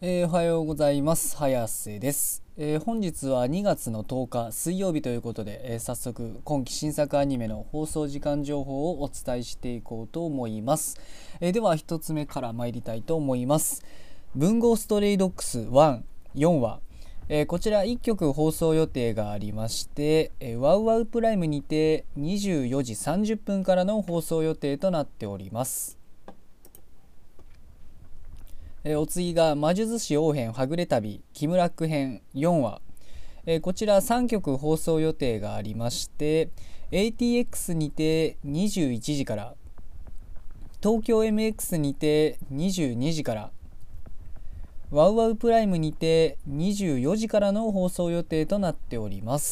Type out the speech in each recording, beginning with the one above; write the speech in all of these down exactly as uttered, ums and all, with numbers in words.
えーおはようございます。早瀬です。えー本日はにがつのとおか水曜日ということで、えー早速今期新作アニメの放送時間情報をお伝えしていこうと思います。えーではひとつめから参りたいと思います。文豪ストレイドッグスいち、よんわ、えーこちらいっきょく放送予定がありまして、えーワウワウプライムにてにじゅうよじさんじゅっぷんからの放送予定となっております。えーお次が魔術師王編はぐれ旅キムラック編よんわ、えーこちらさんきょく放送予定がありまして エーティーエックス にてにじゅういちじから、東京 エムエックス にてにじゅうにじから、ワウワウプライムにてにじゅうよじからの放送予定となっております。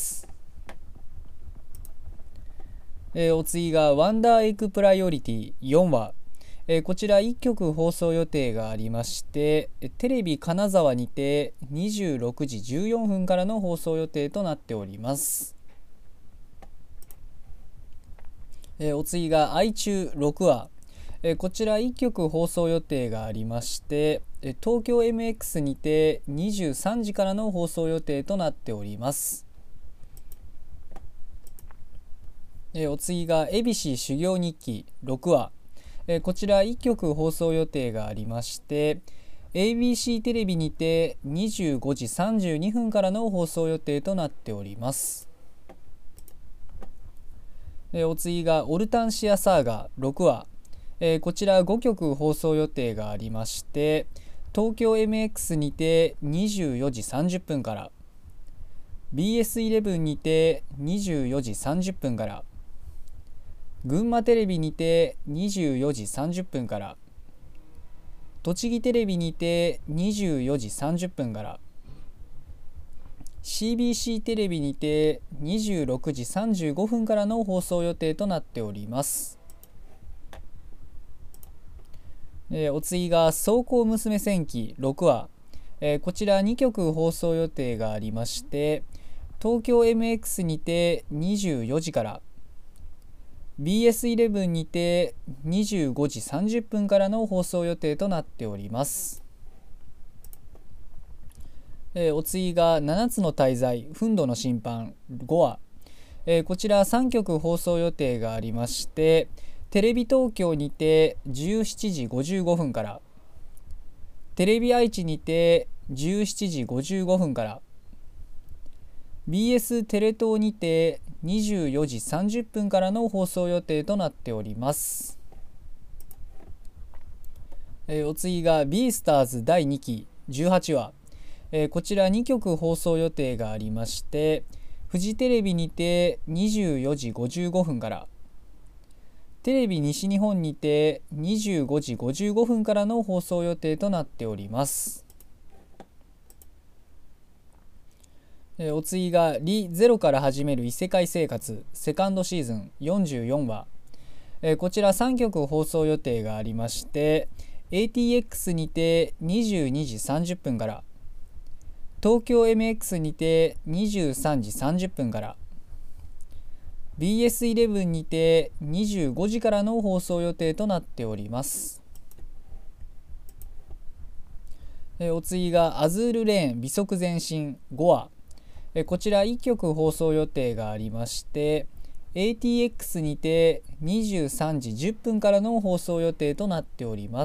えーお次がワンダーエッグプライオリティよんわ、えーこちらいっきょく放送予定がありまして、テレビ金沢にてにじゅうろくじじゅうよんぷんからの放送予定となっております。えーお次が愛中ろくわ、えーこちらいっきょく放送予定がありまして、東京 エムエックス にてにじゅうさんじからの放送予定となっております。えーお次が恵比寿修行日記ろくわ、えーこちらいっきょく放送予定がありまして エービーシー テレビにてにじゅうごじさんじゅうにふんからの放送予定となっております。えーお次がオルタンシアサーガろくわ、えーこちらごきょく放送予定がありまして東京 エムエックス にてにじゅうよじさんじゅっぷんから、 ビーエスイレブン にてにじゅうよじさんじゅっぷんから、群馬テレビにてにじゅうよじさんじゅっぷんから、栃木テレビにてにじゅうよじさんじゅっぷんから、 シービーシー テレビにてにじゅうろくじさんじゅうごふんからの放送予定となっております。えーお次が走行娘戦記ろくわ、えーこちらにきょく放送予定がありまして東京 エムエックス にてにじゅうよじから、ビーエスイレブン にてにじゅうごじさんじゅっぷんからの放送予定となっております。えーお次がななつの大罪憤怒の審判ごわ、えーこちらさんきょく放送予定がありましてテレビ東京にてじゅうしちじごじゅうごふんから、テレビ愛知にてじゅうしちじごじゅうごふんから、ビーエス テレ東にてにじゅうよじさんじゅっぷんからの放送予定となっております。えーお次がビースターズだいにきじゅうはちわ、えーこちらにきょく放送予定がありましてフジテレビにてにじゅうよじごじゅうごふんから、テレビ西日本にてにじゅうごじごじゅうごふんからの放送予定となっております。えーお次がリゼロから始める異世界生活セカンドシーズンよんじゅうよんわ、えーこちらさんきょく放送予定がありましてエーティーエックス にてにじゅうにじさんじゅっぷんから、東京 エムエックス にてにじゅうさんじさんじゅっぷんから、 ビーエスイレブン にてにじゅうごじからの放送予定となっております。えーお次がアズールレーン美足前進ごわ、えーこちらいっきょく放送予定がありましてエーティーエックス にてにじゅうさんじじゅっぷんからの放送予定となっております。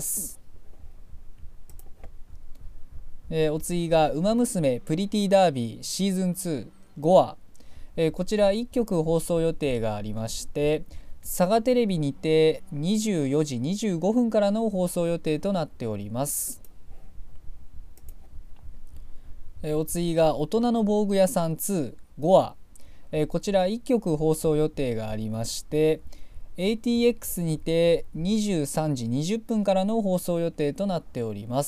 えーお次がウマ娘プリティダービーシーズンにごわ、えーこちらいっきょく放送予定がありまして佐賀テレビにてにじゅうよじにじゅうごふんからの放送予定となっております。えーお次が大人の防具屋さんにごわ、えーこちらいっきょく放送予定がありましてエーティーエックス にてにじゅうさんじにじゅっぷんからの放送予定となっております。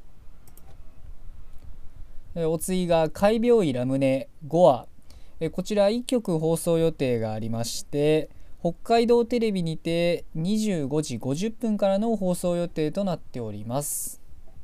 えーお次が怪病医ラムネごわ、えーこちらいっきょく放送予定がありまして北海道テレビにてにじゅうごじごじゅっぷんからの放送予定となっております。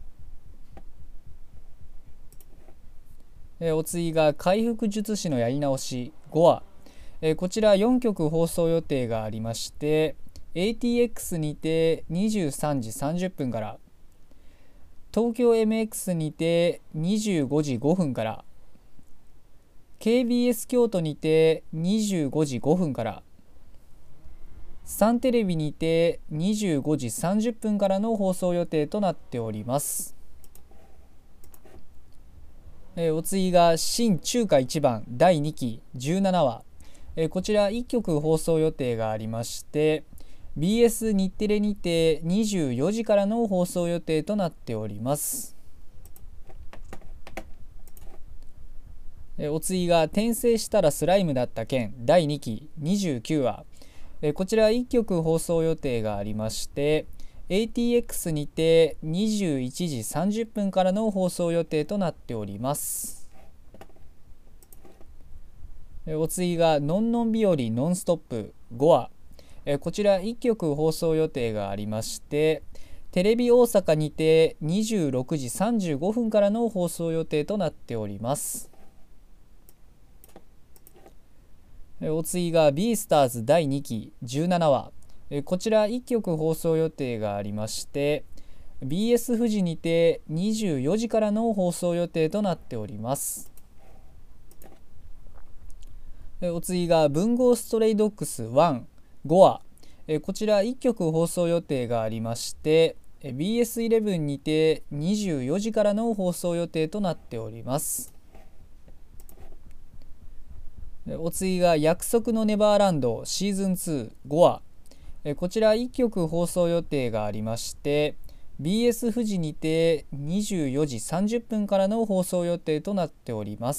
えーお次が回復術師のやり直しごわ、えーこちらよんきょく放送予定がありましてエーティーエックス にてにじゅうさんじさんじゅっぷんから、 東京 エムエックス にてにじゅうごじごふんから、ケービーエス 京都にてにじゅうごじごふんから、サンテレビにてにじゅうごじさんじゅっぷんからの放送予定となっております。えー、お次が新中華一番だいにきじゅうななわ、えー、こちらいっきょく放送予定がありまして、 ビーエス 日テレにてにじゅうよじからの放送予定となっております。お次が転生したらスライムだった件だいにきにじゅうきゅうわ、こちらいっきょく放送予定がありまして、 エーティーエックス にてにじゅういちじさんじゅっぷんからの放送予定となっております。お次がのんのん日和ノンストップごわ、こちらいっきょく放送予定がありまして、テレビ大阪にてにじゅうろくじさんじゅうごふんからの放送予定となっております。お次がビースターズだいにきじゅうななわ、こちらいっきょく放送予定がありまして、 ビーエス 富士にてにじゅうよじからの放送予定となっております。お次が文豪ストレイドッグスいちごわ、こちらいっきょく放送予定がありまして、 ビーエスじゅういち にてにじゅうよじからの放送予定となっております。お次が約束のネバーランドシーズンツーごわ、こちらいっきょく放送予定がありまして、 ビーエス 富士にてにじゅうよじさんじゅっぷんからの放送予定となっております。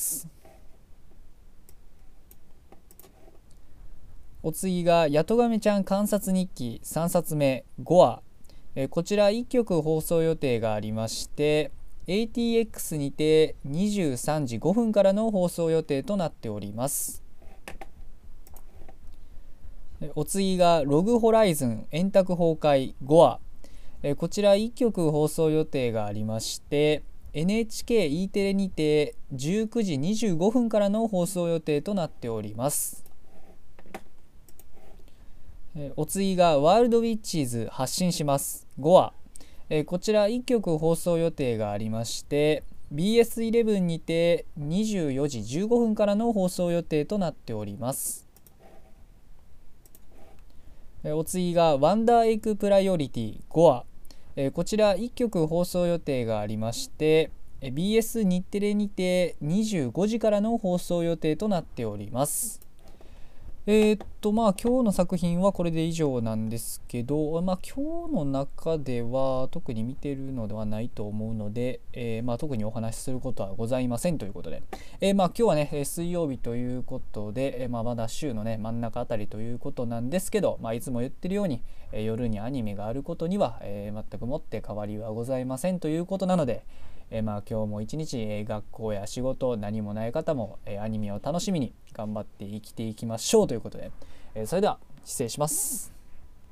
お次がやとがめちゃん観察日記さんさつめごわ、こちらいっきょく放送予定がありまして、 エーティーエックス にてにじゅうさんじごふんからの放送予定となっております。お次がログホライズン円卓崩壊ごわ、こちらいっきょく放送予定がありまして、 エヌエイチケー E テレにてじゅうくじにじゅうごふんからの放送予定となっております。お次がワールドウィッチーズ発信しますごわ、こちらいっきょく放送予定がありまして、 ビーエスじゅういち にてにじゅうよじじゅうごふんからの放送予定となっております。お次がワンダーエッグプライオリティごわ、こちらいっきょく放送予定がありまして、 ビーエス 日テレにてにじゅうごじからの放送予定となっております。えーっとまあ今日の作品はこれで以上なんですけど、まあ、今日の中では特に見てるのではないと思うので、えーまあ、特にお話しすることはございませんということで、えーまあ、今日はね水曜日ということで、えーまあ、まだ週のね真ん中あたりということなんですけど、まあ、いつも言ってるように、えー、夜にアニメがあることには、えー、全くもって変わりはございませんということなので、えーまあ、今日も一日、えー、学校や仕事何もない方も、えー、アニメを楽しみに頑張って生きていきましょうということで、えー、それでは失礼します。